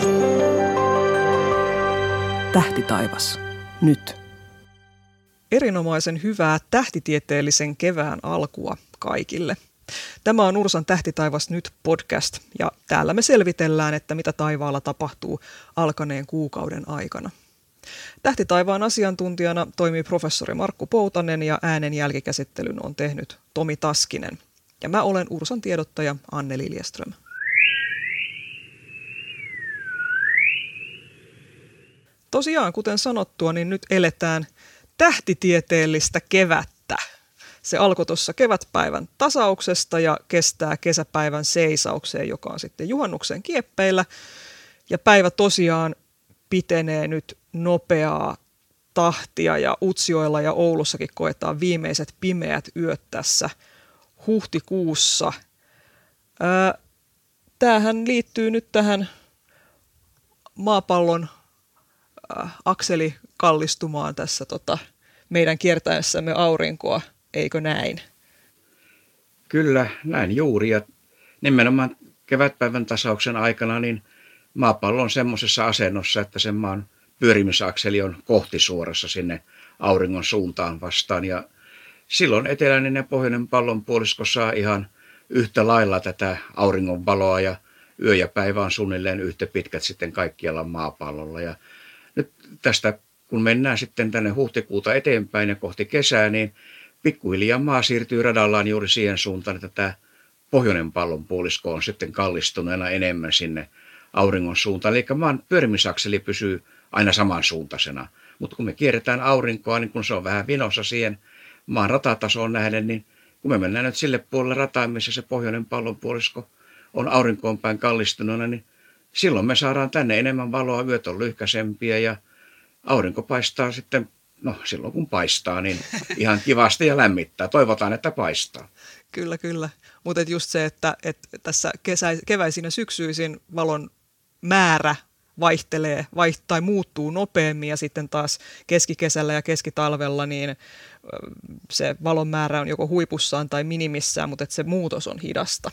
Tähtitaivas. Nyt. Erinomaisen hyvää tähtitieteellisen kevään alkua kaikille. Tämä on Ursan Tähtitaivas nyt podcast ja täällä me selvitellään, että mitä taivaalla tapahtuu alkaneen kuukauden aikana. Tähtitaivaan asiantuntijana toimii professori Markku Poutanen ja äänen jälkikäsittelyn on tehnyt Tomi Taskinen. Ja mä olen Ursan tiedottaja Anne Liljeström. Tosiaan, kuten sanottua, niin nyt eletään tähtitieteellistä kevättä. Se alkoi tuossa kevätpäivän tasauksesta ja kestää kesäpäivän seisaukseen, joka on sitten juhannuksen kieppeillä. Ja päivä tosiaan pitenee nyt nopeaa tahtia ja Utsjoella ja Oulussakin koetaan viimeiset pimeät yöt tässä huhtikuussa. Tämähän liittyy nyt tähän maapallon akseli kallistumaan tässä meidän kiertäessämme aurinkoa, eikö näin? Kyllä, näin juuri. Ja nimenomaan kevätpäivän tasauksen aikana niin maapallo on semmoisessa asennossa, että sen maan pyörimisakseli on kohtisuorassa sinne auringon suuntaan vastaan. Ja silloin eteläinen ja pohjoinen pallonpuolisko saa ihan yhtä lailla tätä auringon valoa ja yö ja päivä on suunnilleen yhtä pitkät sitten kaikkialla maapallolla. Ja nyt tästä, kun mennään sitten tänne huhtikuuta eteenpäin ja kohti kesää, niin pikkuhiljaa maa siirtyy radallaan juuri siihen suuntaan, että tämä pohjoinen pallonpuolisko on sitten kallistuneena enemmän sinne auringon suuntaan. Eli maan pyörimisakseli pysyy aina samansuuntaisena. Mutta kun me kierretään aurinkoa, niin kun se on vähän vinossa siihen maan ratatasoon nähden, niin kun me mennään nyt sille puolelle rataa, missä se pohjoinen pallonpuolisko on aurinkoon päin kallistuneena, niin silloin me saadaan tänne enemmän valoa, yöt on lyhkäisempiä ja aurinko paistaa sitten, no silloin kun paistaa, niin ihan kivasti ja lämmittää. Toivotaan, että paistaa. Kyllä, kyllä. Mutta just se, että tässä keväisin ja syksyisin valon määrä vaihtelee tai muuttuu nopeammin ja sitten taas keskikesällä ja keskitalvella niin se valon määrä on joko huipussaan tai minimissään, mutta että se muutos on hidasta.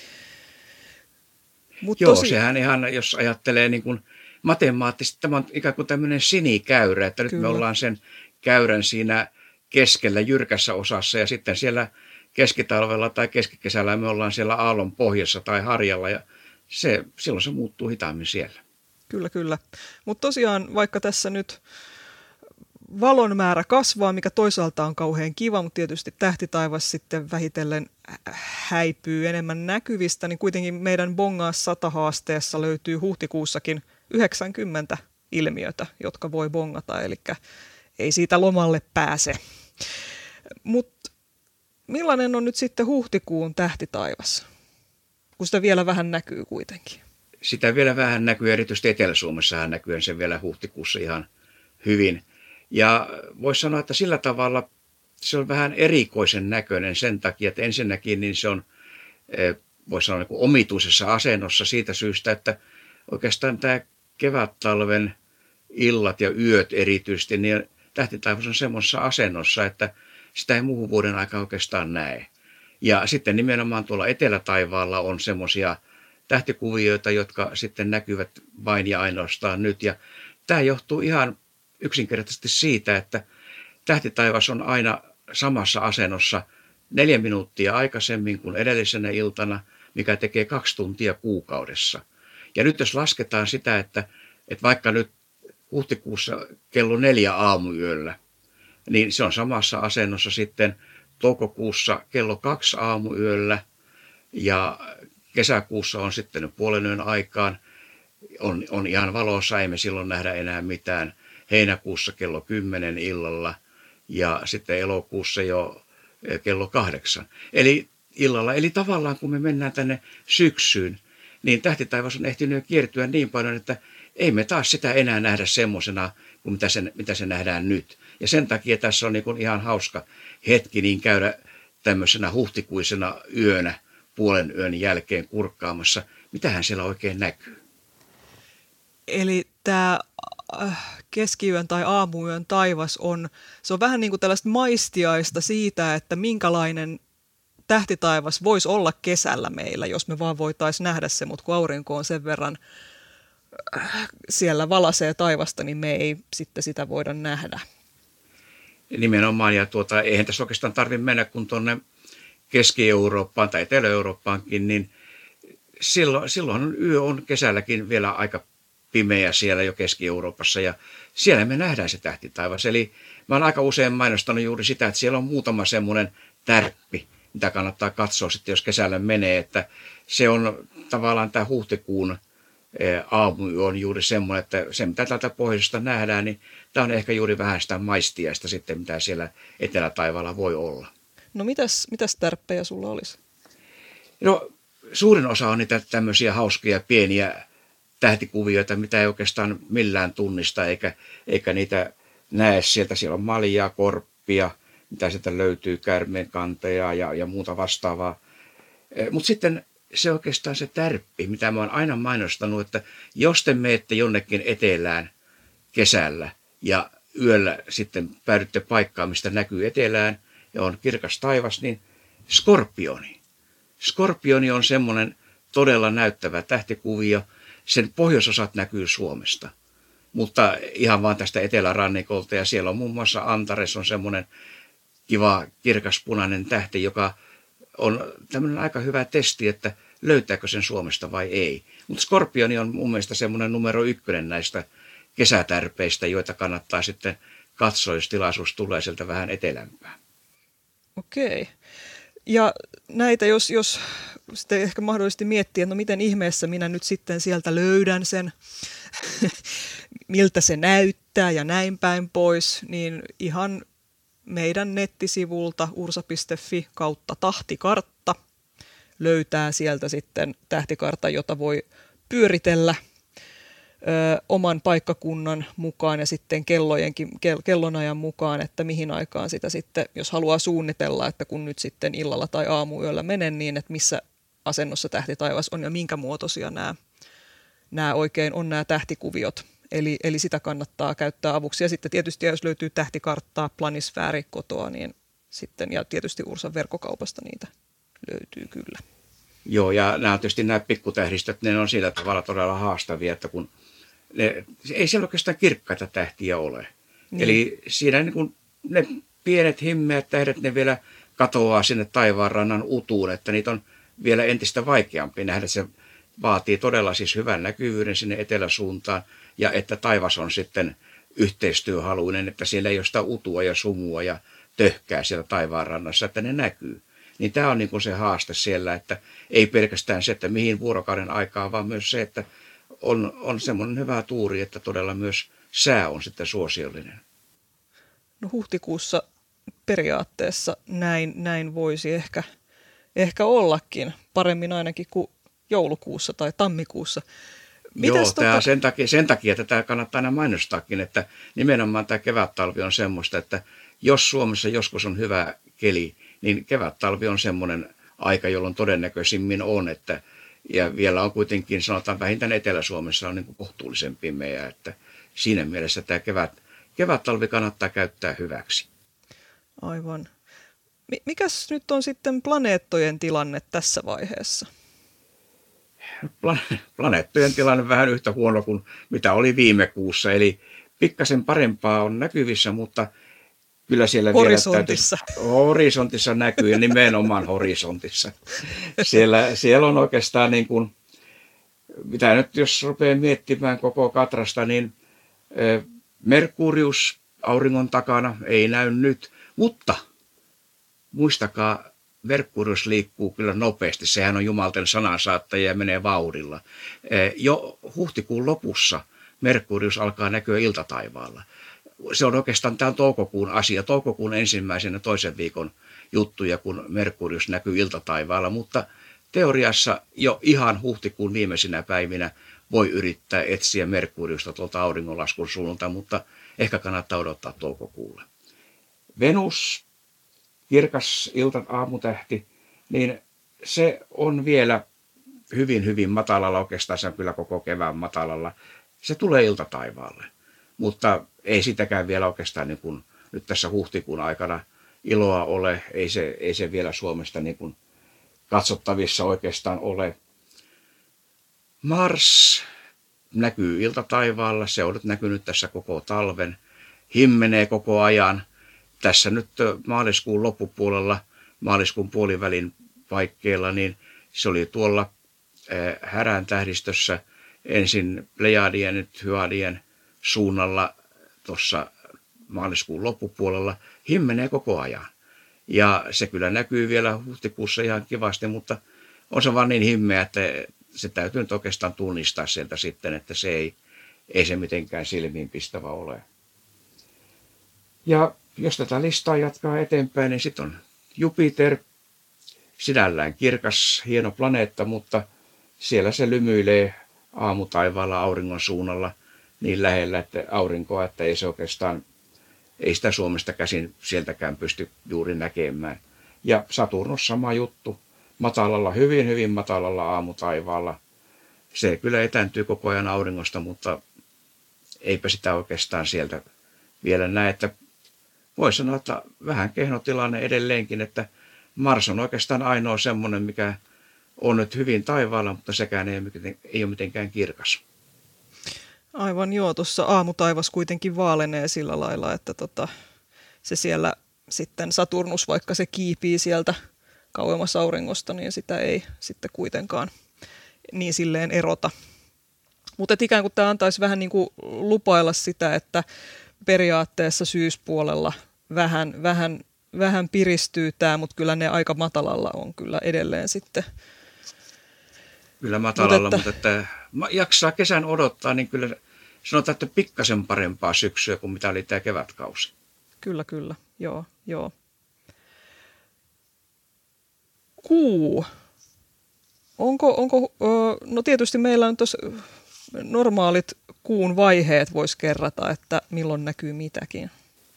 Joo, sehän ihan, jos ajattelee niin kuin matemaattisesti, tämä on ikään kuin tämmöinen sinikäyrä, että nyt me ollaan sen käyrän siinä keskellä jyrkässä osassa ja sitten siellä keskitalvella tai keskikesällä me ollaan siellä aallon pohjassa tai harjalla ja silloin se muuttuu hitaammin siellä. Kyllä, kyllä. Mutta tosiaan vaikka tässä nyt valon määrä kasvaa, mikä toisaalta on kauhean kiva, mutta tietysti tähtitaivas sitten vähitellen häipyy enemmän näkyvistä, niin kuitenkin meidän Bongaa 100 haasteessa löytyy huhtikuussakin 90 ilmiötä, jotka voi bongata, eli ei siitä lomalle pääse. Mutta millainen on nyt sitten huhtikuun tähtitaivas, kun sitä vielä vähän näkyy kuitenkin? Sitä vielä vähän näkyy, erityisesti Etelä-Suomessahan näkyy sen vielä huhtikuussa ihan hyvin. Ja voisi sanoa, että sillä tavalla se on vähän erikoisen näköinen sen takia, että ensinnäkin niin se on, voisi sanoa, niin kuin omituisessa asennossa siitä syystä, että oikeastaan tämä kevät-talven illat ja yöt erityisesti, niin tähtitaivas on semmoisessa asennossa, että sitä ei muuhun vuoden aikaa oikeastaan näe. Ja sitten nimenomaan tuolla etelätaivaalla on semmoisia tähtikuvioita, jotka sitten näkyvät vain ja ainoastaan nyt. Ja tämä johtuu ihan yksinkertaisesti siitä, että tähtitaivas on aina samassa asennossa 4 minuuttia aikaisemmin kuin edellisenä iltana, mikä tekee 2 tuntia kuukaudessa. Ja nyt jos lasketaan sitä, että vaikka nyt huhtikuussa kello 4 aamuyöllä, niin se on samassa asennossa sitten toukokuussa kello 2 aamuyöllä ja kesäkuussa on sitten puolen yön aikaan, on ihan valossa, ei me silloin nähdä enää mitään. Heinäkuussa kello 10 illalla ja sitten elokuussa jo kello 8. Eli illalla, eli tavallaan kun me mennään tänne syksyyn, niin tähtitaivas on ehtinyt jo kiertyä niin paljon, että ei me taas sitä enää nähdä semmoisena kuin mitä se nähdään nyt. Ja sen takia tässä on niin kuin ihan hauska hetki niin käydä tämmöisenä huhtikuisena yönä puolen yön jälkeen kurkkaamassa. Mitähän siellä oikein näkyy? Eli tämä keskiyön tai aamuyön taivas se on vähän niin kuin tällaista maistiaista siitä, että minkälainen tähtitaivas voisi olla kesällä meillä, jos me vaan voitaisiin nähdä se, mutta kun aurinko on sen verran siellä valasee taivasta, niin me ei sitten sitä voida nähdä. Nimenomaan, ja eihän tässä oikeastaan tarvitse mennä kun tuonne Keski-Eurooppaan tai Etelä-Eurooppaankin, niin silloin yö on kesälläkin vielä aika pimeä siellä jo Keski-Euroopassa, ja siellä me nähdään se tähtitaivas. Eli mä olen aika usein mainostanut juuri sitä, että siellä on muutama semmoinen tärppi, mitä kannattaa katsoa sitten, jos kesällä menee, että se on tavallaan tämä huhtikuun aamu on juuri semmoinen, että se mitä täältä pohjoisesta nähdään, niin tämä on ehkä juuri vähän sitä maistiaista sitten, mitä siellä etelätaivaalla voi olla. No mitäs tärppejä sulla olisi? No suurin osa on niitä tämmöisiä hauskoja pieniä tähtikuvioita, mitä ei oikeastaan millään tunnista, eikä niitä näe sieltä. Siellä on maljaa, korppia, mitä sieltä löytyy, käärmeenkanteja ja muuta vastaavaa. Mutta sitten se oikeastaan se tärppi, mitä mä oon aina mainostanut, että jos te menette jonnekin etelään kesällä ja yöllä sitten päädytte paikkaan, mistä näkyy etelään ja on kirkas taivas, niin skorpioni. Skorpioni on semmoinen todella näyttävä tähtikuvio. Sen pohjoisosat näkyy Suomesta, mutta ihan vaan tästä etelärannikolta. Ja siellä on muun muassa Antares on semmoinen kiva kirkaspunainen tähti, joka on tämmöinen aika hyvä testi, että löytääkö sen Suomesta vai ei. Mutta skorpioni on mun mielestä semmoinen numero 1 näistä kesätärpeistä, joita kannattaa sitten katsoa, jos tilaisuus tulee sieltä vähän etelämpää. Okei. Ja näitä, jos sitten ehkä mahdollisesti miettiä, että no miten ihmeessä minä nyt sitten sieltä löydän sen, miltä se näyttää ja näin päin pois, niin ihan meidän nettisivulta ursa.fi kautta tahtikartta löytää sieltä sitten tähtikartan, jota voi pyöritellä oman paikkakunnan mukaan ja sitten kellonajan mukaan, että mihin aikaan sitä sitten, jos haluaa suunnitella, että kun nyt sitten illalla tai aamuyöllä menen, niin että missä asennossa tähtitaivas on ja minkä muotoisia nämä oikein on nämä tähtikuviot. Eli sitä kannattaa käyttää avuksi. Ja sitten tietysti, jos löytyy tähtikarttaa, planisfääri kotoa, niin sitten, ja tietysti Ursan verkkokaupasta niitä löytyy kyllä. Joo, ja nämä pikkutähdistöt, ne on sillä tavalla todella haastavia, että kun ei siellä oikeastaan kirkkaita tähtiä ole. Niin. Eli siinä niin kun ne pienet himmeät tähdet, ne vielä katoaa sinne taivaanrannan utuun, että niitä on vielä entistä vaikeampi nähdä. Se vaatii todella siis hyvän näkyvyyden sinne eteläsuuntaan, ja että taivas on sitten yhteistyöhaluinen, että siellä ei ole sitä utua ja sumua ja töhkää siellä taivaanrannassa, että ne näkyy. Niin tämä on niin kuin se haaste siellä, että ei pelkästään se, että mihin vuorokauden aikaa, vaan myös se, että on semmoinen hyvä tuuri, että todella myös sää on sitten suosiollinen. No huhtikuussa periaatteessa näin voisi ehkä ollakin, paremmin ainakin kuin joulukuussa tai tammikuussa. Joo, sen takia tätä kannattaa aina mainostaakin, että nimenomaan tämä kevättalvi on semmoista, että jos Suomessa joskus on hyvä keli, niin kevättalvi on semmoinen aika, jolloin todennäköisimmin on, että ja vielä on kuitenkin, sanotaan vähintään Etelä-Suomessa on niin kuin kohtuullisen pimeää, että siinä mielessä tämä kevättalvi kannattaa käyttää hyväksi. Aivan. Mikäs nyt on sitten planeettojen tilanne tässä vaiheessa? Planeettojen tilanne vähän yhtä huono kuin mitä oli viime kuussa, eli pikkasen parempaa on näkyvissä, mutta kyllä siellä horisontissa näkyy ja nimenomaan horisontissa. Siellä on oikeastaan niin kuin, mitä nyt jos rupeaa miettimään koko katrasta, niin Merkurius auringon takana ei näy nyt, mutta muistakaa, Merkurius liikkuu kyllä nopeasti. Sehän on jumalten sanansaattaja ja menee vauhdilla. Jo huhtikuun lopussa Merkurius alkaa näkyä iltataivaalla. Se on oikeastaan tämä toukokuun asia, toukokuun ensimmäisen ja toisen viikon juttuja, kun Merkurius näkyy iltataivaalla, mutta teoriassa jo ihan huhtikuun viimeisinä päivinä voi yrittää etsiä Merkuriusta tuolta auringonlaskun suunnalta, mutta ehkä kannattaa odottaa toukokuulle. Venus, kirkas aamutähti, niin se on vielä hyvin, hyvin matalalla, oikeastaan se on kyllä koko kevään matalalla. Se tulee iltataivaalle, mutta ei sitäkään vielä oikeastaan niin kuin nyt tässä huhtikuun aikana iloa ole, ei se vielä Suomesta niin kuin katsottavissa oikeastaan ole. Mars näkyy iltataivaalla, se on nyt näkynyt tässä koko talven, himmenee koko ajan. Tässä nyt maaliskuun loppupuolella, maaliskuun puolivälin paikkeilla, niin se oli tuolla Härän tähdistössä ensin Plejadien, nyt Hyadien suunnalla tuossa maaliskuun loppupuolella, himmenee koko ajan. Ja se kyllä näkyy vielä huhtikuussa ihan kivasti, mutta on se vaan niin himmeä, että se täytyy nyt oikeastaan tunnistaa sieltä sitten, että se ei se mitenkään silmiinpistävä ole. Ja jos tätä listaa jatkaa eteenpäin, niin sitten on Jupiter, sinällään kirkas, hieno planeetta, mutta siellä se lymyilee aamutaivaalla auringon suunnalla niin lähellä että aurinkoa, että ei se oikeastaan, ei sitä Suomesta käsin sieltäkään pysty juuri näkemään. Ja Saturnus sama juttu, matalalla, hyvin hyvin matalalla aamutaivaalla. Se kyllä etääntyy koko ajan auringosta, mutta eipä sitä oikeastaan sieltä vielä näe, että voisi sanoa, että vähän kehno tilanne edelleenkin, että Mars on oikeastaan ainoa semmoinen, mikä on nyt hyvin taivaalla, mutta sekään ei ole mitenkään kirkas. Aivan joo, tuossa aamutaivas kuitenkin vaalenee sillä lailla, että se siellä sitten Saturnus, vaikka se kiipii sieltä kauemmas auringosta, niin sitä ei sitten kuitenkaan niin silleen erota. Mutta ikään kuin tämä antaisi vähän niin kuin lupailla sitä, että periaatteessa syyspuolella vähän piristyy tämä, mutta kyllä ne aika matalalla on kyllä edelleen sitten. Kyllä matalalla, mutta että jaksaa kesän odottaa, niin kyllä sanotaan, että pikkasen parempaa syksyä kuin mitä oli tämä kevätkausi. Kyllä, joo. Kuu. No tietysti meillä on tuossa normaalit kuun vaiheet, voisi kerrata, että milloin näkyy mitäkin.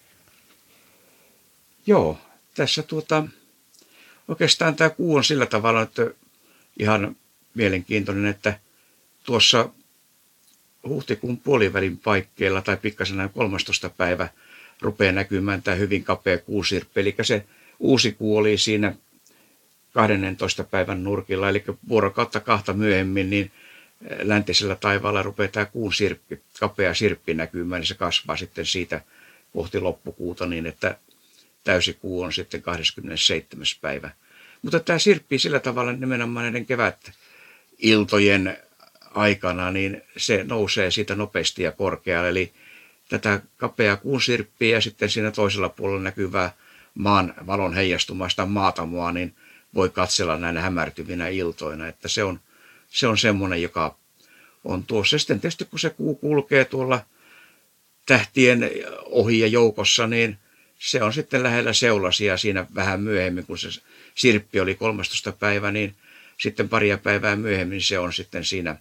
Joo, tässä oikeastaan tämä kuu on sillä tavalla, että ihan mielenkiintoinen, että tuossa huhtikuun puolivälin paikkeilla tai pikkasen näin 13. päivä rupeaa näkymään tämä hyvin kapea kuusirppi. Eli se uusi kuu oli siinä 12. päivän nurkilla, eli vuorokautta kahta myöhemmin, niin läntisellä taivaalla rupeaa tämä kuun sirppi, kapea sirppi näkymään, niin se kasvaa sitten siitä kohti loppukuuta niin, että täysikuu on sitten 27. päivä. Mutta tämä sirppi sillä tavalla nimenomaan näiden kevätiltojen aikana, niin se nousee siitä nopeasti ja korkealle. Eli tätä kapeaa kuun sirppiä ja sitten siinä toisella puolella näkyvää maan valon heijastumasta maatamoa, niin voi katsella näinä hämärtyvinä iltoina. Että se on semmoinen, joka on tuossa. Sitten tietysti kun se kuu kulkee tuolla tähtien ohi ja joukossa, niin se on sitten lähellä seulasia siinä vähän myöhemmin, kun se sirppi oli 13. päivä, niin sitten paria päivää myöhemmin se on sitten siinä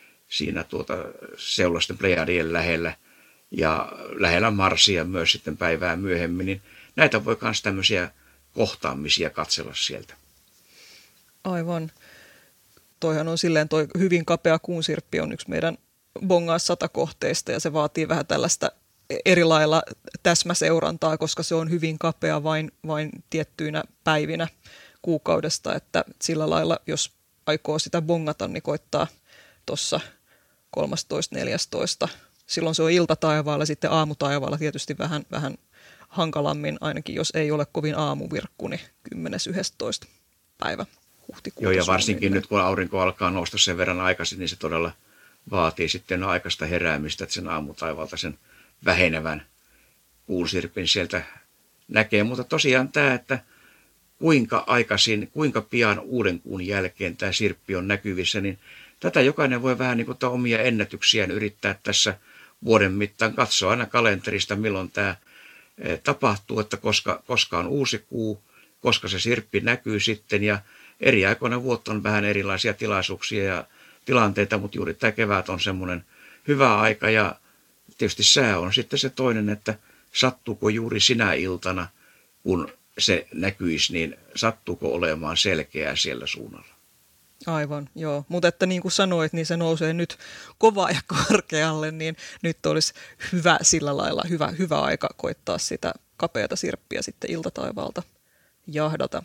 seulasten Plejadien lähellä ja lähellä Marsia myös sitten päivää myöhemmin, niin näitä voi myös tämmöisiä kohtaamisia katsella sieltä. Aivan. Toihan on silleen, toi hyvin kapea kuunsirppi on yksi meidän Bongaa 100 kohteista ja se vaatii vähän tällaista eri lailla täsmäseurantaa, koska se on hyvin kapea vain tiettyinä päivinä kuukaudesta, että sillä lailla, jos aikoo sitä bongata, niin koittaa tuossa 13.14. Silloin se on iltataivaalla, sitten aamutaivaalla tietysti vähän hankalammin, ainakin jos ei ole kovin aamuvirkku, niin 10.11. päivä huhtikuuta. Joo, ja varsinkin nyt kun aurinko alkaa nousta sen verran aikaisin, niin se todella vaatii sitten aikaista heräämistä, että sen aamutaivalta sen vähenevän kuusirpin sieltä näkee. Mutta tosiaan tämä, että kuinka aikaisin, kuinka pian uuden kuun jälkeen tämä sirppi on näkyvissä, niin tätä jokainen voi vähän niin kuin omia ennätyksiään yrittää tässä vuoden mittaan katsoa aina kalenterista, milloin tämä tapahtuu, että koska on uusi kuu, koska se sirppi näkyy sitten ja eri aikoina vuotta on vähän erilaisia tilaisuuksia ja tilanteita, mutta juuri tämä kevät on semmoinen hyvä aika ja tietysti sää on sitten se toinen, että sattuuko juuri sinä iltana, kun se näkyisi, niin sattuuko olemaan selkeää siellä suunnalla. Aivan, joo. Mutta että niin kuin sanoit, niin se nousee nyt kovaa ja korkealle, niin nyt olisi hyvä sillä lailla, hyvä aika koittaa sitä kapeata sirppiä sitten iltataivaalta jahdata.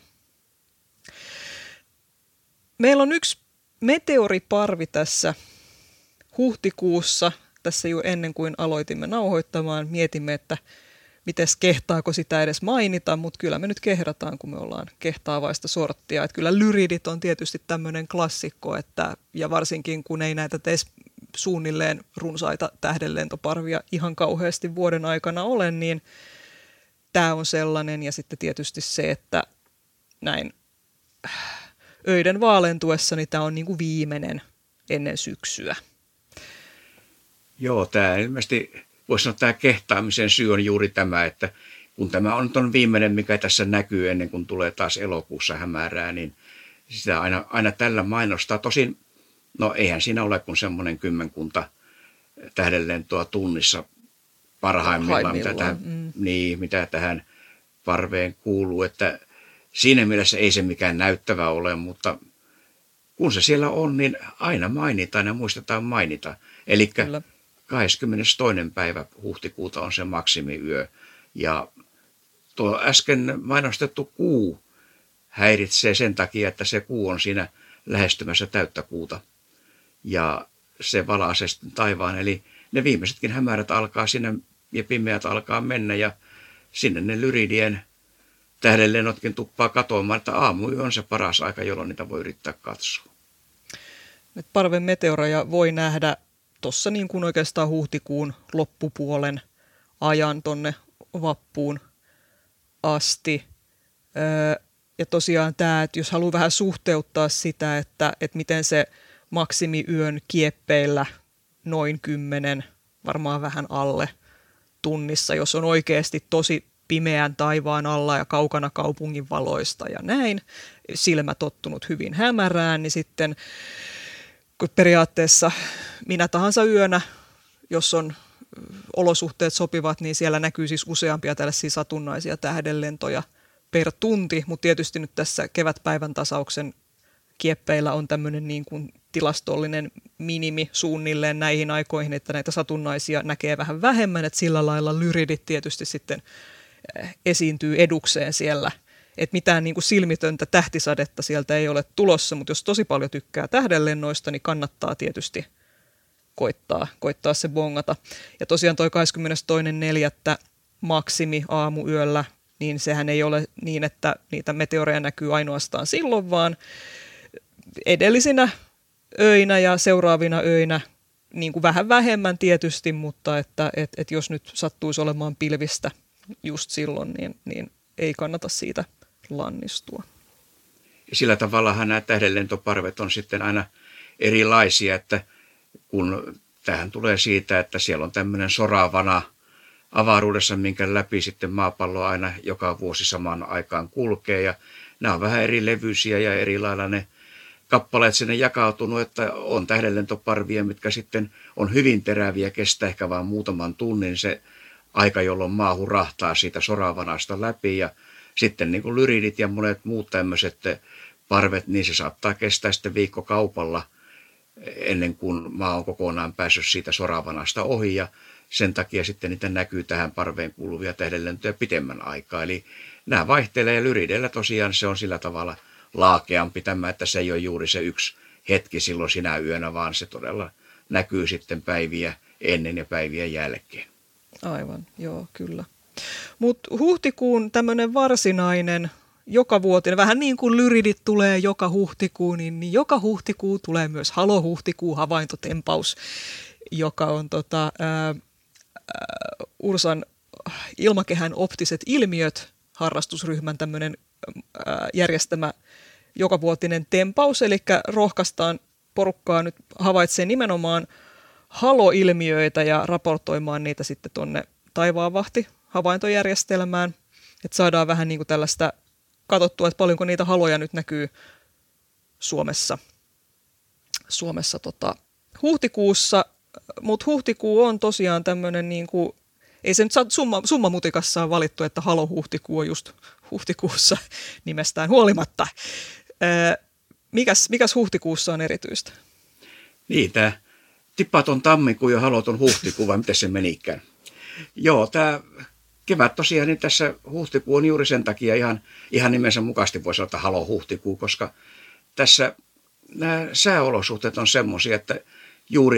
Meillä on yksi meteoriparvi tässä huhtikuussa, tässä jo ennen kuin aloitimme nauhoittamaan, mietimme, että mites kehtaako sitä edes mainita, mutta kyllä me nyt kehdataan, kun me ollaan kehtaavaista sorttia. Että kyllä lyridit on tietysti tämmöinen klassikko, ja varsinkin kun ei näitä suunnilleen runsaita tähdenlentoparvia ihan kauheasti vuoden aikana ole, niin tämä on sellainen. Ja sitten tietysti se, että näin öiden vaalentuessa, niin tämä on niin kuin viimeinen ennen syksyä. Joo, tämä ilmeisesti voisi sanoa, että tämä kehtaamisen syy on juuri tämä, että kun tämä on viimeinen, mikä tässä näkyy ennen kuin tulee taas elokuussa hämärää, niin sitä aina tällä mainostaa. Tosin, no eihän siinä ole kuin semmoinen 10 tähdenlentoa tunnissa parhaimmillaan, mitä tähän parveen kuuluu. Että siinä mielessä ei se mikään näyttävä ole, mutta kun se siellä on, niin aina mainitaan ja muistetaan mainita. Eli 22. päivä huhtikuuta on se maksimiyö. Ja tuo äsken mainostettu kuu häiritsee sen takia, että se kuu on siinä lähestymässä täyttä kuuta. Ja se valaisee sitten taivaan. Eli ne viimeisetkin hämärät alkaa sinne ja pimeät alkaa mennä ja sinne ne lyridien tähdenlennotkin tuppaa katoamaan, että aamuyö on se paras aika, jolloin niitä voi yrittää katsoa. Nyt parven meteoroja voi nähdä tuossa niin kuin oikeastaan huhtikuun loppupuolen ajan tonne vappuun asti. Ja tosiaan tämä, että jos haluaa vähän suhteuttaa sitä, että miten se maksimiyön kieppeillä noin 10, varmaan vähän alle tunnissa, jos on oikeasti tosi pimeän taivaan alla ja kaukana kaupungin valoista ja näin, silmä tottunut hyvin hämärään, niin sitten kun periaatteessa minä tahansa yönä, jos on olosuhteet sopivat, niin siellä näkyy siis useampia tällaisia satunnaisia tähdenlentoja per tunti, mutta tietysti nyt tässä kevätpäivän tasauksen kieppeillä on tämmöinen niin kuin tilastollinen minimi suunnilleen näihin aikoihin, että näitä satunnaisia näkee vähän vähemmän, että sillä lailla lyridit tietysti sitten esiintyy edukseen siellä, että mitään niin kuin silmitöntä tähtisadetta sieltä ei ole tulossa, mutta jos tosi paljon tykkää tähdenlennoista, niin kannattaa tietysti koittaa se bongata. Ja tosiaan toi 22.4. maksimi aamuyöllä, niin sehän ei ole niin, että niitä meteoreja näkyy ainoastaan silloin, vaan edellisinä öinä ja seuraavina öinä niin kuin vähän vähemmän tietysti, mutta että jos nyt sattuisi olemaan pilvistä just silloin, niin ei kannata siitä lannistua. Sillä tavallahan nämä tähdenlentoparvet on sitten aina erilaisia, että kun tähän tulee siitä, että siellä on tämmöinen soravana avaruudessa, minkä läpi sitten maapallo aina joka vuosi samaan aikaan kulkee. Ja nämä on vähän eri levyisiä ja eri lailla ne kappaleet sinne jakautunut, että on tähdenlentoparvia, mitkä sitten on hyvin teräviä, kestää ehkä vain muutaman tunnin se aika, jolloin maa hurahtaa siitä soravanasta läpi. Ja sitten niin kuin lyridit ja monet muut tämmöiset parvet, niin se saattaa kestää sitten viikkokaupalla ennen kuin maa on kokonaan päässyt siitä soravanasta ohi. Ja sen takia sitten niitä näkyy tähän parveen kuuluvia tähdenlentoja pitemmän aikaa. Eli nämä vaihtelee ja lyrideillä tosiaan se on sillä tavalla laakeampi tämä, että se ei ole juuri se yksi hetki silloin sinä yönä, vaan se todella näkyy sitten päiviä ennen ja päiviä jälkeen. Aivan, joo, kyllä. Mutta huhtikuun tämmöinen varsinainen jokavuotinen, vähän niin kuin lyridit tulee joka huhtikuun, niin joka huhtikuu tulee myös Halo-huhtikuu havaintotempaus, joka on Ursan ilmakehän optiset ilmiöt harrastusryhmän tämmöinen järjestämä jokavuotinen tempaus, eli rohkaistaan porukkaa nyt havaitsemaan nimenomaan haloilmiöitä ja raportoimaan niitä sitten tuonne taivaanvahti havaintojärjestelmään, että saadaan vähän niin kuin tällaista katsottua, että paljonko niitä haloja nyt näkyy Suomessa huhtikuussa, mutta huhtikuu on tosiaan tämmöinen, niin kuin, ei se nyt summamutikassa on valittu, että Halo-huhtikuu on just huhtikuussa nimestään huolimatta. Mikäs huhtikuussa on erityistä? Niin, tämä tippaton tammikuu ja haloton huhtikuu, vai miten se menikään? Joo, tämä kevät tosiaan, niin tässä huhtikuu on juuri sen takia ihan nimensä mukaisesti voisi olla, että Halo-huhtikuu, koska tässä nämä sääolosuhteet on semmoisia, että juuri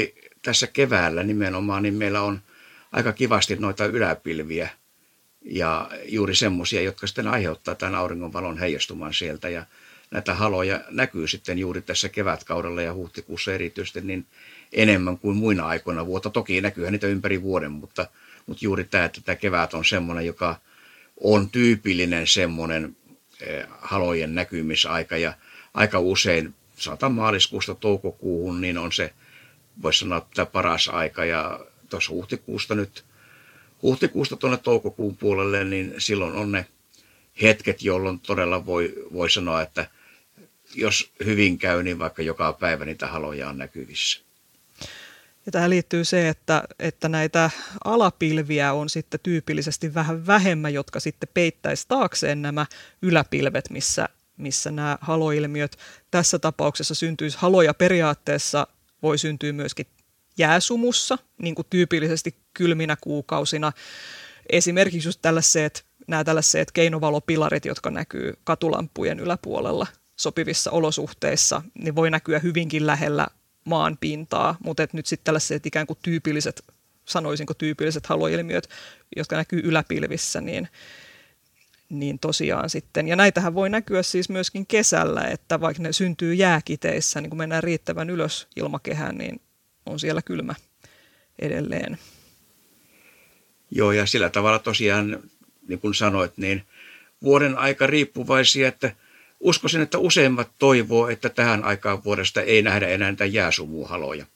tässä keväällä nimenomaan, niin meillä on aika kivasti noita yläpilviä ja juuri semmoisia, jotka sitten aiheuttaa tämän auringonvalon heijastuman sieltä. Ja näitä haloja näkyy sitten juuri tässä kevätkaudella ja huhtikuussa erityisesti niin enemmän kuin muina aikoina vuotta. Toki näkyyhän niitä ympäri vuoden, mutta juuri tämä, että tämä kevät on semmoinen, joka on tyypillinen semmoinen halojen näkymisaika ja aika usein, sanotaan maaliskuusta toukokuuhun, niin on se, voisi sanoa, että paras aika ja tuossa huhtikuusta tuonne toukokuun puolelle, niin silloin on ne hetket, jolloin todella voi sanoa, että jos hyvin käy, niin vaikka joka päivä niitä haloja on näkyvissä. Ja tähän liittyy se, että näitä alapilviä on sitten tyypillisesti vähän vähemmän, jotka sitten peittäisi taakseen nämä yläpilvet, missä nämä haloilmiöt tässä tapauksessa syntyisi. Haloja periaatteessa voi syntyä myöskin jääsumussa, niin kuin tyypillisesti kylminä kuukausina. Esimerkiksi just nämä tällaiset keinovalopilarit, jotka näkyy katulampujen yläpuolella sopivissa olosuhteissa, niin voi näkyä hyvinkin lähellä maan pintaa, mutta nyt sitten tällaiset ikään kuin tyypilliset haloilmiöt, jotka näkyy yläpilvissä, niin tosiaan sitten. Ja näitähän voi näkyä siis myöskin kesällä, että vaikka ne syntyy jääkiteissä, niin kun mennään riittävän ylös ilmakehään, niin on siellä kylmä edelleen. Joo, ja sillä tavalla tosiaan, niin kuin sanoit, niin vuoden aika riippuvaisia, että uskoisin, että useimmat toivoo, että tähän aikaan vuodesta ei nähdä enää näitä jääsumuhaloja.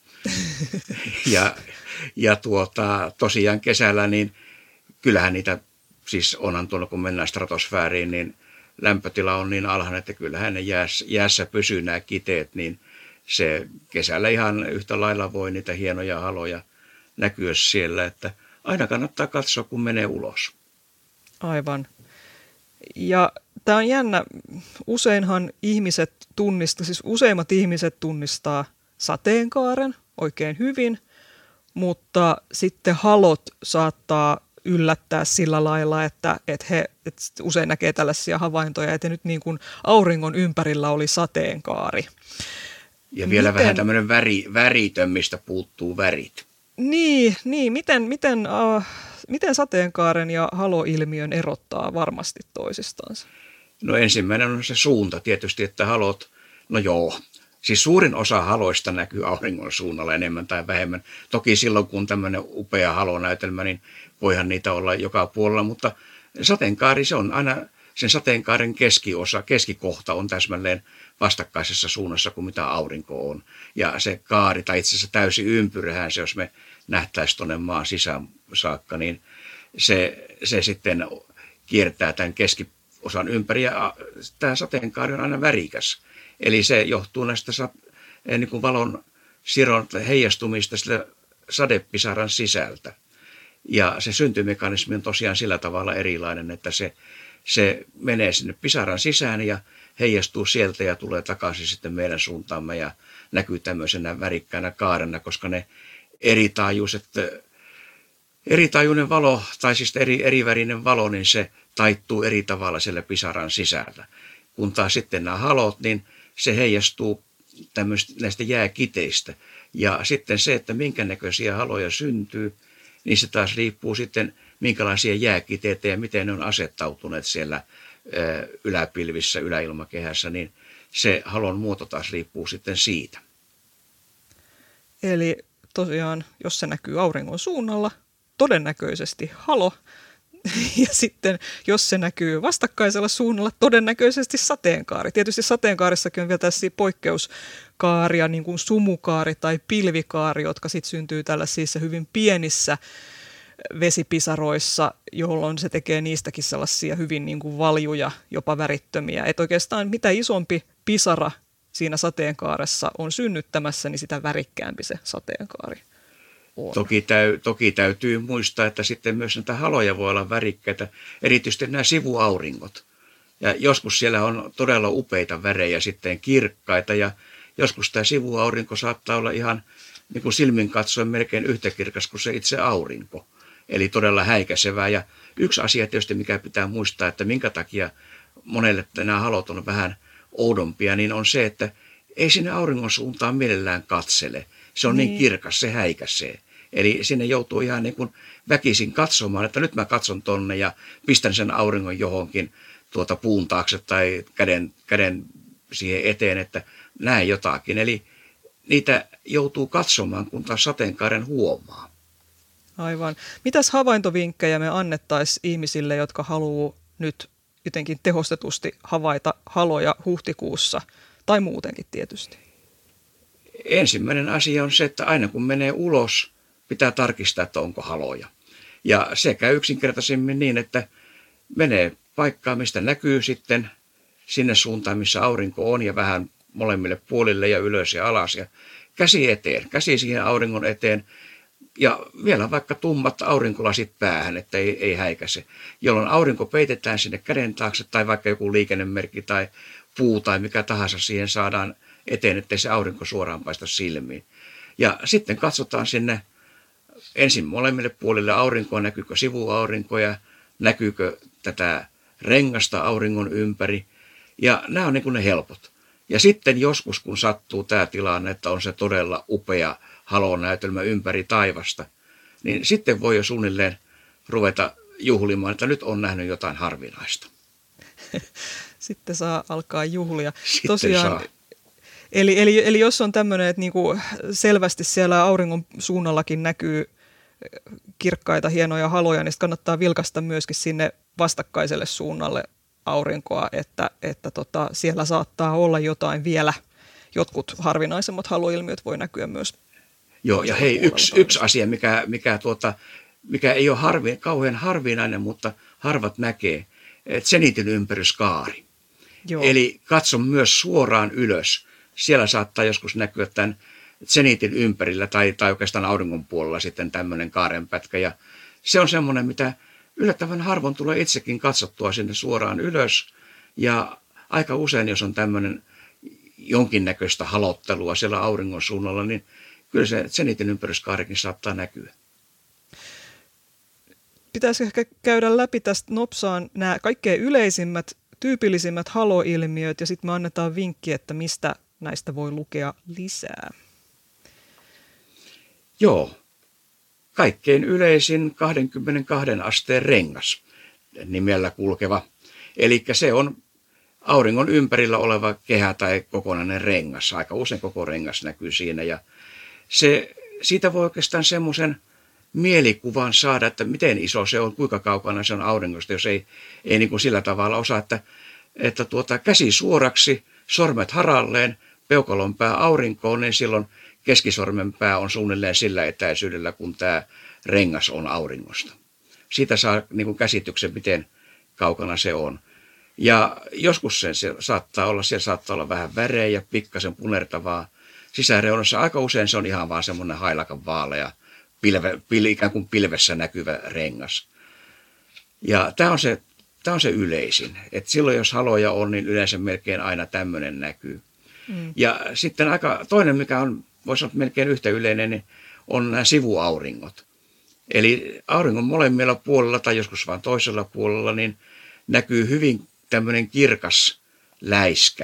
ja tosiaan kesällä, niin kyllähän niitä, siis onhan tuolla kun mennään stratosfääriin, niin lämpötila on niin alhainen, että kyllähän ne jäässä pysyy nämä kiteet, niin se kesällä ihan yhtä lailla voi niitä hienoja haloja näkyä siellä, että aina kannattaa katsoa, kun menee ulos. Aivan. Ja tämä on jännä. Useinhan useimmat ihmiset tunnistaa sateenkaaren oikein hyvin, mutta sitten halot saattaa yllättää sillä lailla, että he usein näkee tällaisia havaintoja, että nyt niin kuin auringon ympärillä oli sateenkaari. Ja vielä vähän tämmöinen väritön, mistä puuttuu värit. Niin, miten sateenkaaren ja haloilmiön erottaa varmasti toisistansa? No ensimmäinen on se suunta tietysti, että halot, no joo, siis suurin osa haloista näkyy auringon suunnalla enemmän tai vähemmän. Toki silloin, kun tämmöinen upea halonäytelmä, niin voihan niitä olla joka puolella, mutta sateenkaari, se on aina sen sateenkaaren keskikohta on täsmälleen vastakkaisessa suunnassa kuin mitä aurinko on. Ja se kaari, tai itse asiassa täysi ympyrähän se, jos me nähtäisiin tuonne maan sisään saakka, niin se sitten kiertää tämän keskiosan ympäri. Ja tämä sateenkaari on aina värikäs. Eli se johtuu näistä niin kuin valon siron heijastumista sille sadepisaran sisältä. Ja se syntymekanismi on tosiaan sillä tavalla erilainen, että se menee sinne pisaran sisään ja heijastuu sieltä ja tulee takaisin sitten meidän suuntaamme ja näkyy tämmöisenä värikkäänä kaarena, koska ne eritajuinen valo, tai siis erivärinen valo, niin se taittuu eri tavalla siellä pisaran sisällä. Kun taas sitten nämä halot, niin se heijastuu näistä jääkiteistä. Ja sitten se, että minkä näköisiä haloja syntyy, niin se taas riippuu sitten minkälaisia jääkiteitä ja miten ne on asettautuneet siellä yläpilvissä, yläilmakehässä, niin se halon muoto taas riippuu sitten siitä. Eli tosiaan, jos se näkyy auringon suunnalla, todennäköisesti halo, ja sitten jos se näkyy vastakkaisella suunnalla, todennäköisesti sateenkaari. Tietysti sateenkaarissakin on vielä tällaisia poikkeuskaaria, niin kuin sumukaari tai pilvikaari, jotka sitten syntyy tällaisissa hyvin pienissä vesipisaroissa, jolloin se tekee niistäkin sellaisia hyvin niin kuin valjuja, jopa värittömiä. Että oikeastaan mitä isompi pisara siinä sateenkaaressa on synnyttämässä, niin sitä värikkäämpi se sateenkaari on. Toki täytyy muistaa, että sitten myös näitä haloja voi olla värikkäitä, erityisesti nämä sivuauringot. Ja joskus siellä on todella upeita värejä, sitten kirkkaita, ja joskus tämä sivuaurinko saattaa olla ihan niin kuin silmin katsoen melkein yhtä kirkas kuin se itse aurinko. Eli todella häikäisevää. Ja yksi asia tietysti, mikä pitää muistaa, että minkä takia monelle nämä halot on vähän oudompia, niin on se, että ei sinne auringon suuntaan mielellään katsele. Se on niin kirkas, se häikäisee. Eli sinne joutuu ihan niin kuin väkisin katsomaan, että nyt mä katson tonne ja pistän sen auringon johonkin puun taakse tai käden siihen eteen, että näen jotakin. Eli niitä joutuu katsomaan, kun taas sateenkaaren huomaa. Aivan. Mitäs havaintovinkkejä me annettaisiin ihmisille, jotka haluaa nyt jotenkin tehostetusti havaita haloja huhtikuussa tai muutenkin tietysti? Ensimmäinen asia on se, että aina kun menee ulos, pitää tarkistaa, että onko haloja. Ja se käy yksinkertaisemmin niin, että menee paikkaan, mistä näkyy sitten sinne suuntaan, missä aurinko on ja vähän molemmille puolille ja ylös ja alas ja käsi eteen, käsi siihen auringon eteen ja vielä vaikka tummat aurinkolasit päähän, että ei häikäise, jolloin aurinko peitetään sinne käden taakse tai vaikka joku liikennemerkki tai puu tai mikä tahansa siihen saadaan eteen, ettei se aurinko suoraan paista silmiin. Ja sitten katsotaan sinne ensin molemmille puolille aurinkoa, näkyykö sivuaurinkoja, näkyykö tätä rengasta auringon ympäri. Ja nämä on niin kuin ne helpot. Ja sitten joskus, kun sattuu tämä tilanne, että on se todella upea halonäytelmä ympäri taivasta, niin sitten voi jo suunnilleen ruveta juhlimaan, että nyt on nähnyt jotain harvinaista. Sitten saa alkaa juhlia. Sitten Tosiaan, saa. Eli jos on tämmöinen, että niinku selvästi siellä auringon suunnallakin näkyy kirkkaita, hienoja haloja, niin kannattaa vilkaista myöskin sinne vastakkaiselle suunnalle aurinkoa, että siellä saattaa olla jotain vielä. Jotkut harvinaisemmat haloilmiöt voi näkyä myös. Joo, ja hei, yksi asia, mikä ei ole kauhean harvinainen, mutta harvat näkee, tseniitin ympäryskaari. Joo. Eli katso myös suoraan ylös. Siellä saattaa joskus näkyä tämän tseniitin ympärillä tai oikeastaan auringon puolella sitten tämmöinen kaarenpätkä. Ja se on semmoinen, mitä yllättävän harvoin tulee itsekin katsottua sinne suoraan ylös. Ja aika usein, jos on tämmöinen jonkinnäköistä halottelua siellä auringon suunnalla, niin kyllä se tseniitin ympäryskaarikin saattaa näkyä. Pitäisi ehkä käydä läpi tästä nopsaan nämä kaikkein yleisimmät, tyypillisimmät haloilmiöt ja sitten me annetaan vinkki, että mistä näistä voi lukea lisää. Joo, kaikkein yleisin 22 asteen rengas nimellä kulkeva. Eli se on auringon ympärillä oleva kehä tai kokonainen rengas. Aika usein koko rengas näkyy siinä ja siitä voi oikeastaan semmoisen mielikuvan saada, että miten iso se on, kuinka kaukana se on auringosta, jos ei niin kuin sillä tavalla osaa, että käsi suoraksi, sormet haralleen, peukalon pää aurinkoon, niin silloin keskisormen pää on suunnilleen sillä etäisyydellä, kun tämä rengas on auringosta. Siitä saa niin kuin käsityksen, miten kaukana se on. Ja joskus siellä saattaa olla vähän värejä, pikkasen punertavaa. Sisäreunassa aika usein se on ihan vaan semmoinen hailakan vaalea, ikään kuin pilvessä näkyvä rengas. Ja tämä on se yleisin. Et silloin jos haloja on, niin yleensä melkein aina tämmöinen näkyy. Ja sitten toinen, mikä on, voisi olla melkein yhtä yleinen, niin on nämä sivuauringot. Eli auringon molemmilla puolella tai joskus vain toisella puolella, niin näkyy hyvin tämmöinen kirkas läiskä.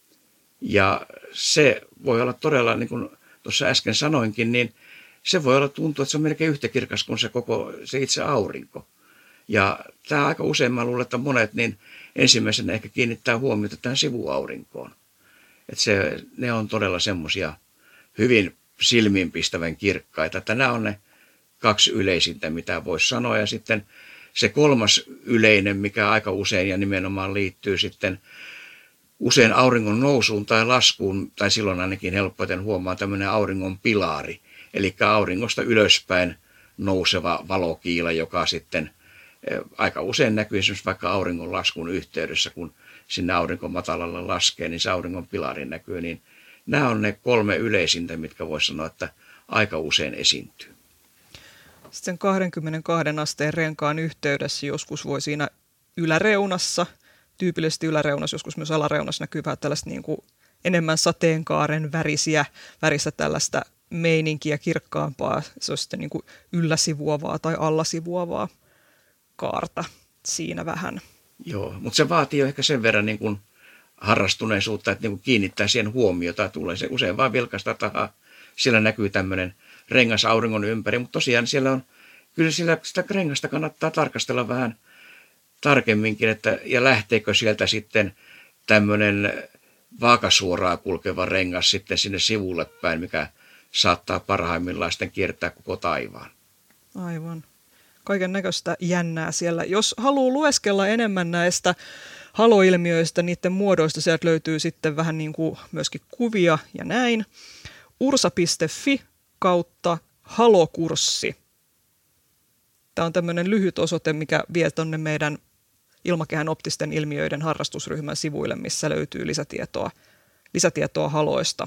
Ja se voi olla todella, niin kuin tuossa äsken sanoinkin, niin se voi olla tuntua, että se on melkein yhtä kirkas kuin se itse aurinko. Ja tämä aika usein mä luulen, että monet niin ensimmäisenä ehkä kiinnittää huomiota tähän sivuaurinkoon. Että ne on todella semmoisia hyvin silmiinpistävän kirkkaita, että nämä on ne kaksi yleisintä, mitä voisi sanoa. Ja sitten se kolmas yleinen, mikä aika usein ja nimenomaan liittyy sitten usein auringon nousuun tai laskuun, tai silloin ainakin helpoiten huomaa tämmöinen auringon pilari, eli auringosta ylöspäin nouseva valokiila, joka sitten aika usein näkyy esimerkiksi vaikka auringon laskun yhteydessä, kun sinne aurinko matalalla laskee, niin se auringon pilari näkyy, niin nämä on ne kolme yleisintä, mitkä voisi sanoa, että aika usein esiintyy. Sitten 22 asteen renkaan yhteydessä joskus voi siinä yläreunassa, tyypillisesti yläreunassa, joskus myös alareunassa näkyy vähän tällaista niin kuin enemmän sateenkaaren väristä tällaista meininkiä kirkkaampaa. Se on sitten niin kuin ylläsivuavaa tai allasivuavaa kaarta siinä vähän. Joo, mutta se vaatii jo ehkä sen verran niin kuin harrastuneisuutta, että niin kuin kiinnittää siihen huomiota. Tulee se usein vaan vilkasta tahaa siellä näkyy tämmöinen rengas auringon ympäri, mutta tosiaan siellä on, kyllä sitä rengasta kannattaa tarkastella vähän tarkemminkin, ja lähteekö sieltä sitten tämmöinen vaakasuoraa kulkeva rengas sitten sinne sivulle päin, mikä saattaa parhaimmillaan sitten kiertää koko taivaan. Aivan. Kaiken näköistä jännää siellä. Jos haluaa lueskella enemmän näistä haloilmiöistä, niiden muodoista, sieltä löytyy sitten vähän niin kuin myöskin kuvia ja näin. ursa.fi kautta halokurssi. Tämä on tämmöinen lyhyt osoite, mikä vie tuonne meidän ilmakehän optisten ilmiöiden harrastusryhmän sivuille, missä löytyy lisätietoa haloista.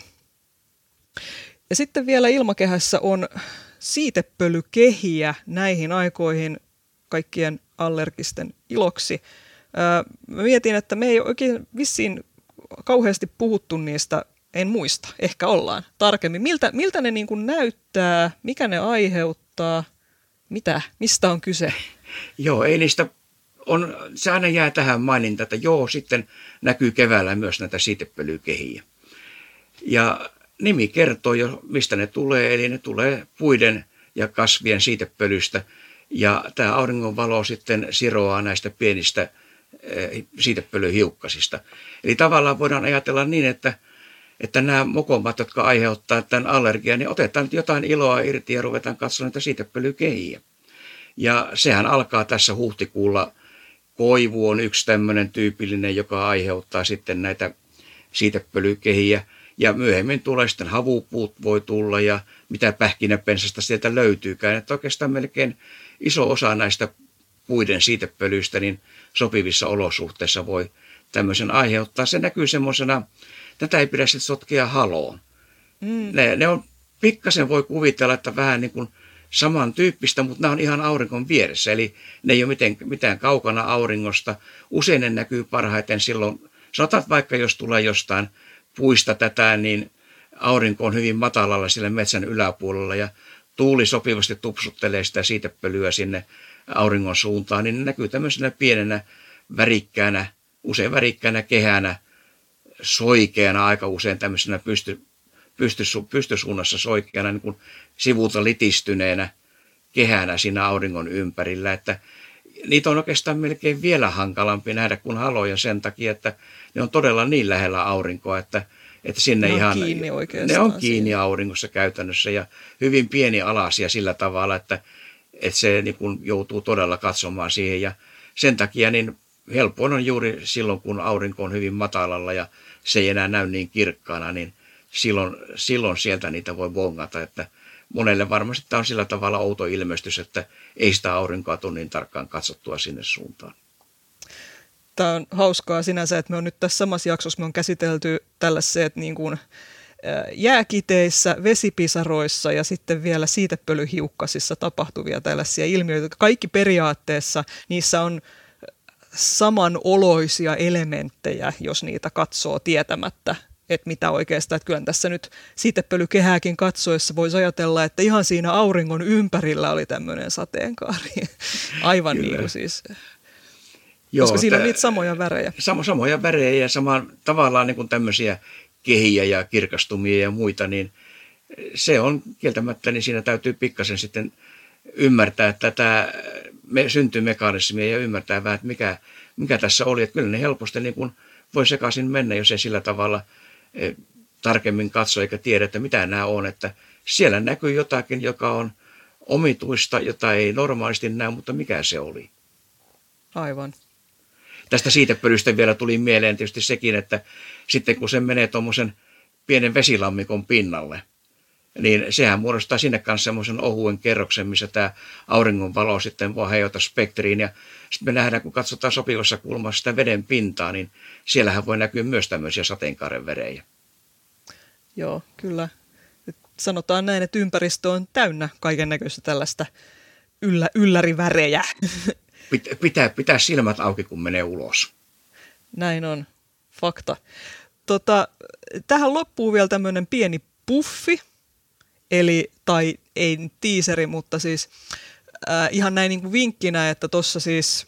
Ja sitten vielä ilmakehässä on siitepölykehiä näihin aikoihin kaikkien allergisten iloksi. Mä mietin, että me ei oikein vissiin kauheasti puhuttu niistä, en muista, ehkä ollaan tarkemmin. Miltä ne niin kuin näyttää, mikä ne aiheuttaa, mistä on kyse? Joo, ei niistä se aina jää tähän maininta, että sitten näkyy keväällä myös näitä siitepölykehiä. Ja nimi kertoo jo, mistä ne tulee, eli ne tulee puiden ja kasvien siitepölystä. Ja tämä auringonvalo sitten siroaa näistä pienistä siitepölyhiukkasista. Eli tavallaan voidaan ajatella niin, että nämä mokomat, jotka aiheuttaa tämän allergian, niin otetaan nyt jotain iloa irti ja ruvetaan katsomaan näitä siitepölykehiä. Ja sehän alkaa tässä huhtikuulla. Koivu on yksi tämmöinen tyypillinen, joka aiheuttaa sitten näitä siitepölykehiä. Ja myöhemmin tulee sitten havupuut voi tulla ja mitä pähkinäpensasta sieltä löytyykään. Että oikeastaan melkein iso osa näistä puiden siitepölyistä niin sopivissa olosuhteissa voi tämmöisen aiheuttaa. Se näkyy semmoisena, tätä ei pidä sitten sotkea haloon. Ne on pikkasen voi kuvitella, että vähän niin kuin samantyyppistä, mutta nämä on ihan auringon vieressä. Eli ne ei ole mitään kaukana auringosta. Usein ne näkyy parhaiten silloin, sanotaan vaikka jos tulee jostain puista tätä, niin aurinko on hyvin matalalla siellä metsän yläpuolella ja tuuli sopivasti tupsuttelee sitä siitepölyä sinne auringon suuntaan, niin ne näkyy tämmöisenä pienenä usein värikkäänä kehänä, soikeana, aika usein tämmöisenä pystysuunnassa soikeana, niin kuin sivulta litistyneenä kehänä siinä auringon ympärillä, että niitä on oikeastaan melkein vielä hankalampi nähdä kuin haloja sen takia, että ne on todella niin lähellä aurinkoa, että sinne ne on kiinni auringossa käytännössä ja hyvin pienialaisia sillä tavalla, että se niin kuin joutuu todella katsomaan siihen ja sen takia niin helpoin on juuri silloin, kun aurinko on hyvin matalalla ja se ei enää näy niin kirkkaana, niin silloin sieltä niitä voi bongata, että monelle varmasti tämä on sillä tavalla outo ilmestys, että ei sitä aurinkoa tule niin tarkkaan katsottua sinne suuntaan. Tämä on hauskaa sinänsä, että me on nyt tässä samassa jaksossa me on käsitelty tällaiset niin kuin jääkiteissä, vesipisaroissa ja sitten vielä siitepölyhiukkasissa tapahtuvia tällaisia ilmiöitä. Kaikki periaatteessa niissä on samanoloisia elementtejä, jos niitä katsoo tietämättä, että mitä oikeastaan. Että kyllä tässä nyt siitepölykehääkin katsoessa voisi ajatella, että ihan siinä auringon ympärillä oli tämmöinen sateenkaari. Aivan kyllä. Niin kuin siis. Joo, koska siinä on niitä samoja värejä. Samoja värejä ja tavallaan niin kuin tämmöisiä kehiä ja kirkastumia ja muita, niin se on kieltämättä, niin siinä täytyy pikkasen sitten ymmärtää, että tämä syntymekanismia ja ymmärtää vähän, että mikä tässä oli. Että kyllä ne helposti niin kuin voi sekaisin mennä, jos ei sillä tavalla tarkemmin katso eikä tiedä, että mitä nämä on. Että siellä näkyy jotakin, joka on omituista, jota ei normaalisti näe, mutta mikä se oli. Aivan. Tästä siitepölystä vielä tuli mieleen tietysti sekin, että sitten kun se menee tuommoisen pienen vesilammikon pinnalle, niin sehän muodostaa sinne kanssa semmoisen ohuen kerroksen, missä tämä auringonvalo sitten voi hajota spektriin. Ja sitten me nähdään, kun katsotaan sopivassa kulmassa sitä veden pintaa, niin siellähän voi näkyä myös tämmöisiä sateenkaaren värejä. Joo, kyllä. Nyt sanotaan näin, että ympäristö on täynnä kaiken näköistä tällaista yllärivärejä. Pitää silmät auki, kun menee ulos. Näin on. Fakta. Tähän loppuu vielä tämmöinen pieni puffi, tai ei tiiseri, mutta siis ihan näin niin kuin vinkkinä, että tuossa siis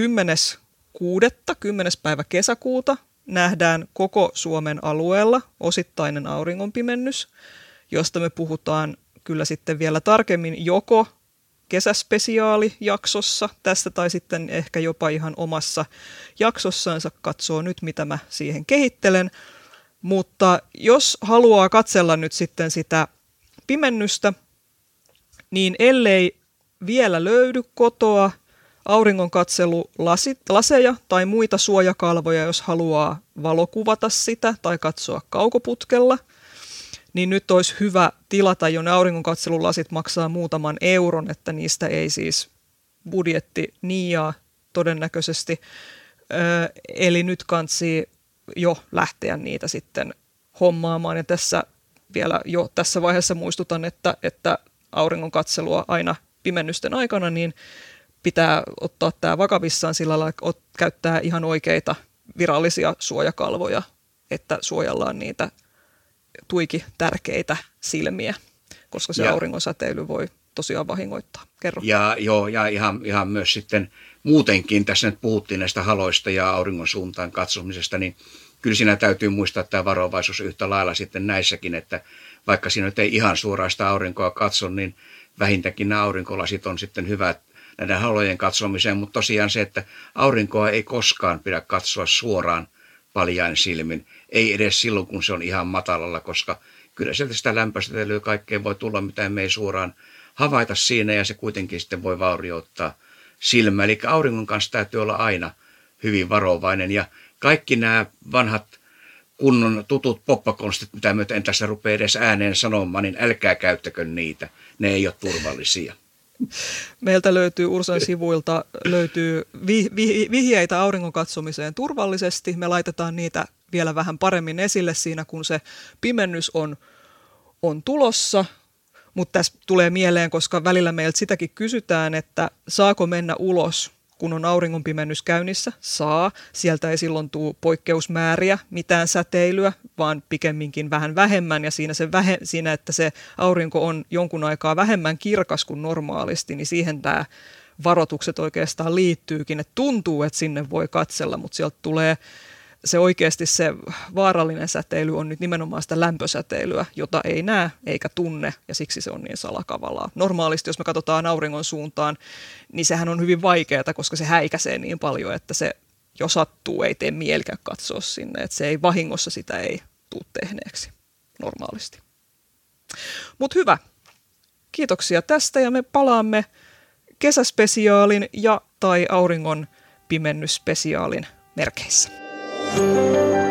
10.6., 10. päivä kesäkuuta nähdään koko Suomen alueella osittainen auringonpimennys. josta me puhutaan kyllä sitten vielä tarkemmin joko kesäspesiaalijaksossa tästä tai sitten ehkä jopa ihan omassa jaksossansa, katsoo nyt mitä mä siihen kehittelen. Mutta jos haluaa katsella nyt sitten sitä pimennystä, niin ellei vielä löydy kotoa auringonkatselulaseja tai muita suojakalvoja, jos haluaa valokuvata sitä tai katsoa kaukoputkella, niin nyt olisi hyvä tilata jo ne auringonkatselulasit, maksaa muutaman euron, että niistä ei siis budjetti niiaa todennäköisesti. Eli nyt kansi jo lähteä niitä sitten hommaamaan. Ja tässä vielä jo tässä vaiheessa muistutan, että auringonkatselua aina pimennysten aikana, niin pitää ottaa tämä vakavissaan sillä lailla, käyttää ihan oikeita virallisia suojakalvoja, että suojellaan niitä tuiki tärkeitä silmiä, koska se auringonsäteily voi tosiaan vahingoittaa. Kerro. Ja ihan myös sitten muutenkin, tässä nyt puhuttiin näistä haloista ja auringon suuntaan katsomisesta, niin kyllä siinä täytyy muistaa tämä varovaisuus yhtä lailla sitten näissäkin, että vaikka siinä nyt ei ihan suoraan sitä aurinkoa katso, niin vähintäänkin nämä aurinkolasit on sitten hyvät näiden halojen katsomiseen, mutta tosiaan se, että aurinkoa ei koskaan pidä katsoa suoraan paljain silmin, ei edes silloin, kun se on ihan matalalla, koska kyllä sieltä sitä lämpösäteilyä kaikkea voi tulla, mitä me ei suoraan havaita siinä, ja se kuitenkin sitten voi vaurioittaa silmää. Eli auringon kanssa täytyy olla aina hyvin varovainen, ja kaikki nämä vanhat kunnon tutut poppakonstit, mitä mä en tässä rupea edes ääneen sanomaan, niin älkää käyttäkö niitä, ne ei ole turvallisia. Meiltä löytyy Ursan sivuilta vihjeitä auringon katsomiseen turvallisesti. Me laitetaan niitä vielä vähän paremmin esille siinä, kun se pimennys on tulossa. Mutta tässä tulee mieleen, koska välillä meiltä sitäkin kysytään, että saako mennä ulos, kun on auringonpimennys käynnissä? Saa. Sieltä ei silloin tule poikkeusmääriä, mitään säteilyä, vaan pikemminkin vähän vähemmän. Ja siinä, että se aurinko on jonkun aikaa vähemmän kirkas kuin normaalisti, niin siihen tämä varoitukset oikeastaan liittyykin. Että tuntuu, että sinne voi katsella, mutta sieltä tulee se oikeasti se vaarallinen säteily on nyt nimenomaan sitä lämpösäteilyä, jota ei näe eikä tunne, ja siksi se on niin salakavalaa. Normaalisti, jos me katsotaan auringon suuntaan, niin sehän on hyvin vaikeaa, koska se häikäisee niin paljon, että se jo sattuu, ei tee mielikään katsoa sinne, että se ei vahingossa sitä ei tule tehneeksi normaalisti. Mutta hyvä. Kiitoksia tästä, ja me palaamme kesäspesiaalin ja tai auringon pimennysspesiaalin merkeissä.